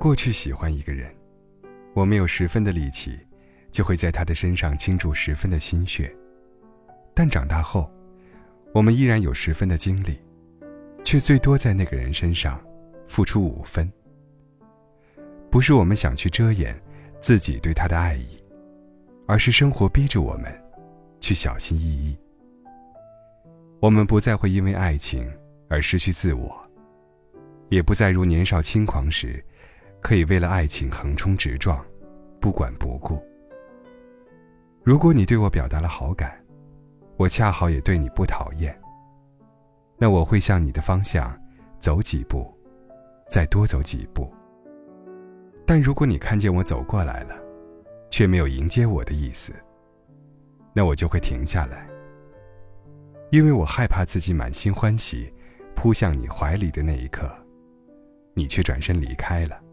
过去喜欢一个人，我们有10分的力气，就会在他的身上倾注10分的心血，但长大后，我们依然有10分的精力，却最多在那个人身上付出5分。不是我们想去遮掩自己对他的爱意，而是生活逼着我们去小心翼翼。我们不再会因为爱情而失去自我，也不再如年少轻狂时可以为了爱情横冲直撞，不管不顾。如果你对我表达了好感，我恰好也对你不讨厌，那我会向你的方向走几步，再多走几步。但如果你看见我走过来了，却没有迎接我的意思，那我就会停下来，因为我害怕自己满心欢喜扑向你怀里的那一刻，你却转身离开了。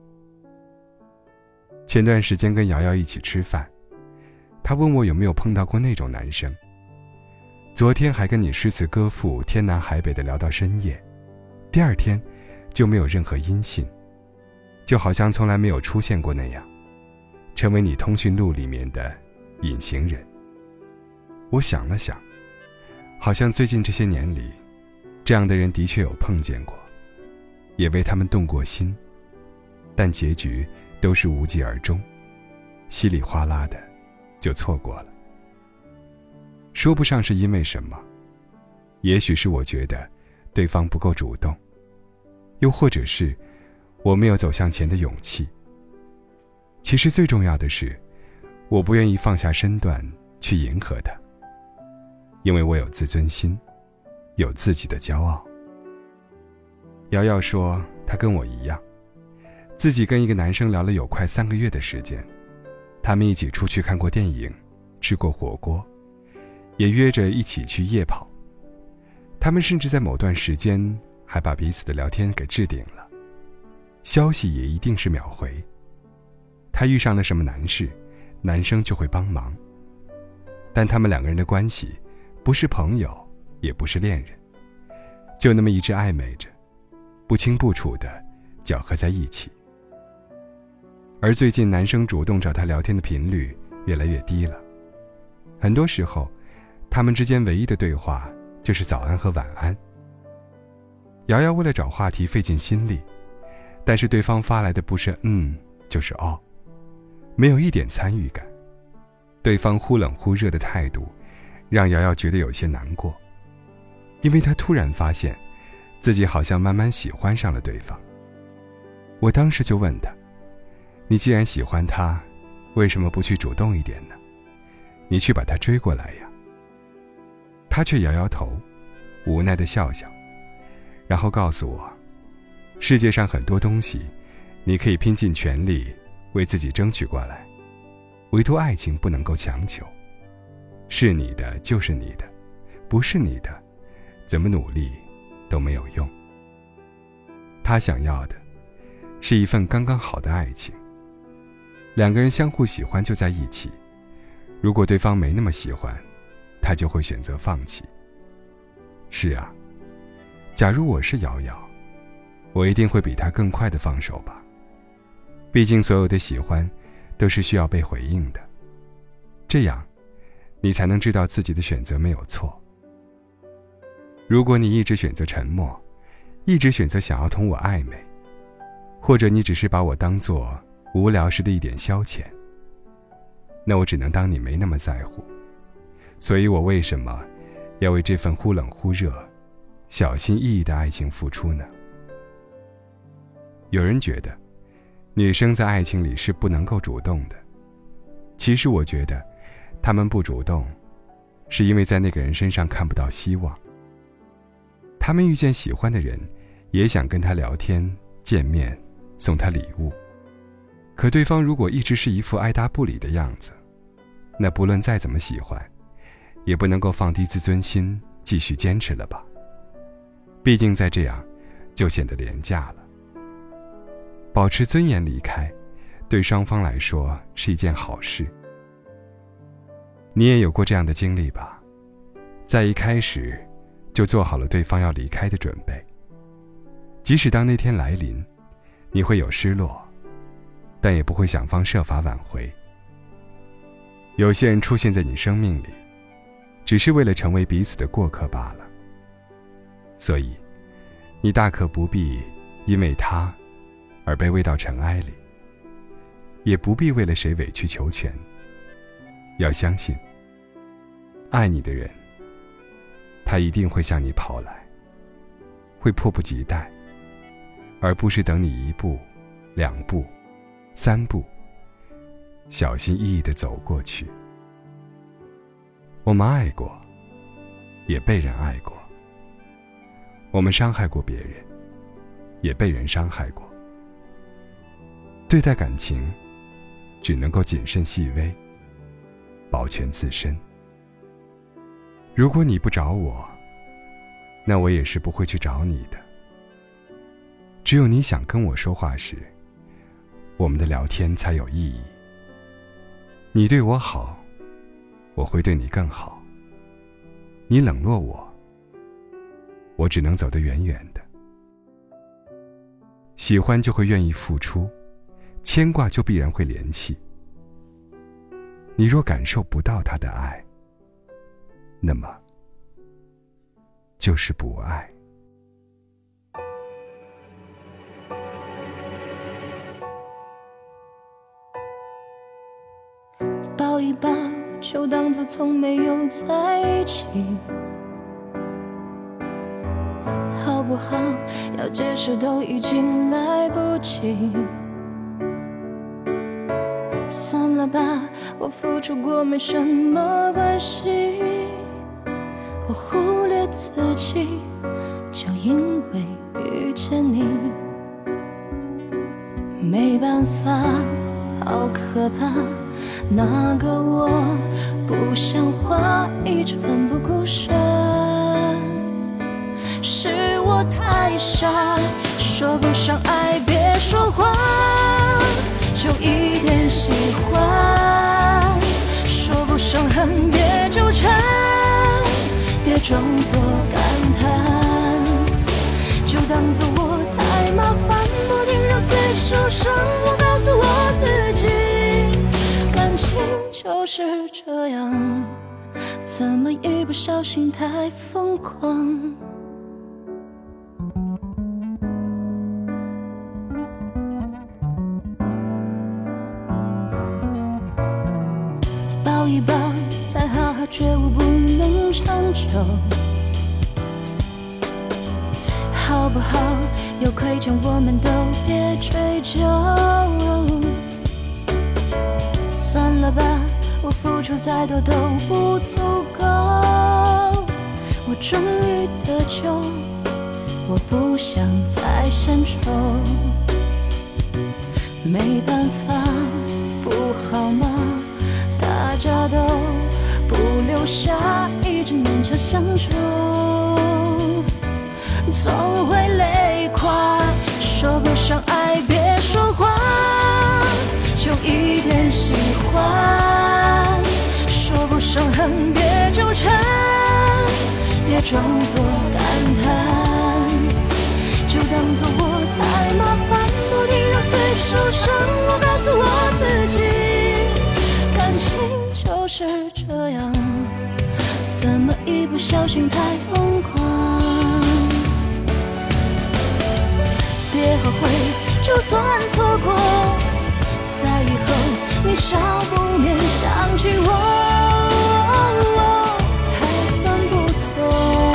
前段时间跟瑶瑶一起吃饭，她问我有没有碰到过那种男生。昨天还跟你诗词歌赋天南海北的聊到深夜，第二天就没有任何音信，就好像从来没有出现过那样，成为你通讯录里面的隐形人。我想了想，好像最近这些年里，这样的人的确有碰见过，也为他们动过心，但结局都是无疾而终，稀里哗啦的就错过了。说不上是因为什么，也许是我觉得对方不够主动，又或者是我没有走向前的勇气。其实最重要的是，我不愿意放下身段去迎合他，因为我有自尊心，有自己的骄傲。瑶瑶说她跟我一样，自己跟一个男生聊了有快3个月的时间，他们一起出去看过电影，吃过火锅，也约着一起去夜跑。他们甚至在某段时间还把彼此的聊天给置顶了，消息也一定是秒回。他遇上了什么难事，男生就会帮忙。但他们2个人的关系不是朋友，也不是恋人，就那么一直暧昧着，不清不楚地搅合在一起。而最近男生主动找他聊天的频率越来越低了，很多时候他们之间唯一的对话就是早安和晚安。瑶瑶为了找话题费尽心力，但是对方发来的不是就是哦，没有一点参与感。对方忽冷忽热的态度让瑶瑶觉得有些难过，因为她突然发现自己好像慢慢喜欢上了对方。我当时就问她，你既然喜欢他，为什么不去主动一点呢？你去把他追过来呀。他却摇摇头，无奈地笑笑，然后告诉我，世界上很多东西你可以拼尽全力为自己争取过来，唯独爱情不能够强求，是你的就是你的，不是你的，怎么努力都没有用。他想要的是一份刚刚好的爱情，2个人相互喜欢就在一起，如果对方没那么喜欢，他就会选择放弃。是啊，假如我是瑶瑶，我一定会比他更快地放手吧。毕竟所有的喜欢都是需要被回应的，这样你才能知道自己的选择没有错。如果你一直选择沉默，一直选择想要同我暧昧，或者你只是把我当作无聊时的一点消遣，那我只能当你没那么在乎。所以我为什么要为这份忽冷忽热、小心翼翼的爱情付出呢？有人觉得女生在爱情里是不能够主动的，其实我觉得她们不主动是因为在那个人身上看不到希望。她们遇见喜欢的人也想跟他聊天、见面、送他礼物，可对方如果一直是一副爱答不理的样子，那不论再怎么喜欢，也不能够放低自尊心继续坚持了吧。毕竟再这样就显得廉价了。保持尊严离开，对双方来说是一件好事。你也有过这样的经历吧？在一开始就做好了对方要离开的准备，即使当那天来临，你会有失落， 但也不会想方设法挽回。有些人出现在你生命里，只是为了成为彼此的过客罢了。所以，你大可不必因为他而卑微到尘埃里，也不必为了谁委曲求全。要相信，爱你的人，他一定会向你跑来，会迫不及待，而不是等你一步、2步、3步，小心翼翼地走过去。我们爱过，也被人爱过，我们伤害过别人，也被人伤害过。对待感情，只能够谨慎细微，保全自身。如果你不找我，那我也是不会去找你的。只有你想跟我说话时，我们的聊天才有意义。你对我好，我会对你更好。你冷落我，我只能走得远远的。喜欢就会愿意付出，牵挂就必然会联系。你若感受不到他的爱，那么就是不爱。 抱一抱，就当作从没有在一起，好不好？要解释都已经来不及。算了吧，我付出过没什么关系，我忽略自己，就因为遇见你。没办法，好可怕，那个我不像话，一直奋不顾身，是我太傻，说不上爱别说谎，就一点喜欢，说不上恨别纠缠，别装作感叹，就当作我太麻烦，不停让自己受伤。我告诉我自己，感情就是这样，怎么一不小心太疯狂。抱一抱，再好好觉悟不能长久，好不好？有亏欠我们都别追究。算了吧，我付出再多都不足够。我终于得救，我不想再献丑。没办法，不好吗？大家都不留下，一直勉强相处，总会累垮。说不上爱别说谎，就一点喜欢，说不上恨别纠缠，别装作感叹，就当作我太麻烦，不停让自己受伤。我告诉我自己，感情就是这样，怎么一不小心太疯狂。别后悔，就算错过，在以后你少不免想起我，还算不错。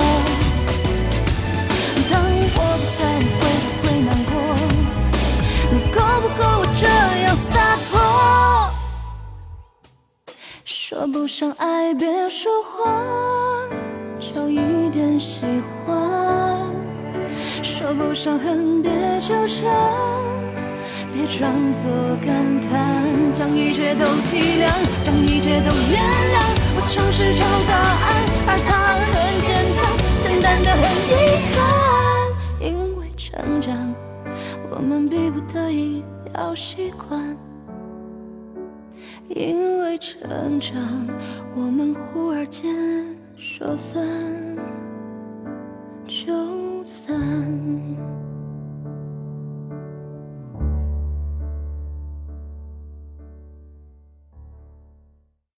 当我不在，你会不会难过？你够不够我这样洒脱？说不上爱别说谎，就一点喜欢，说不上恨别纠缠，别装作感叹，将一切都体谅，将一切都原谅。我尝试找答案，而它很简单，简单的很遗憾。因为成长，我们逼不得已要习惯。因为成长，我们忽而间说散就散。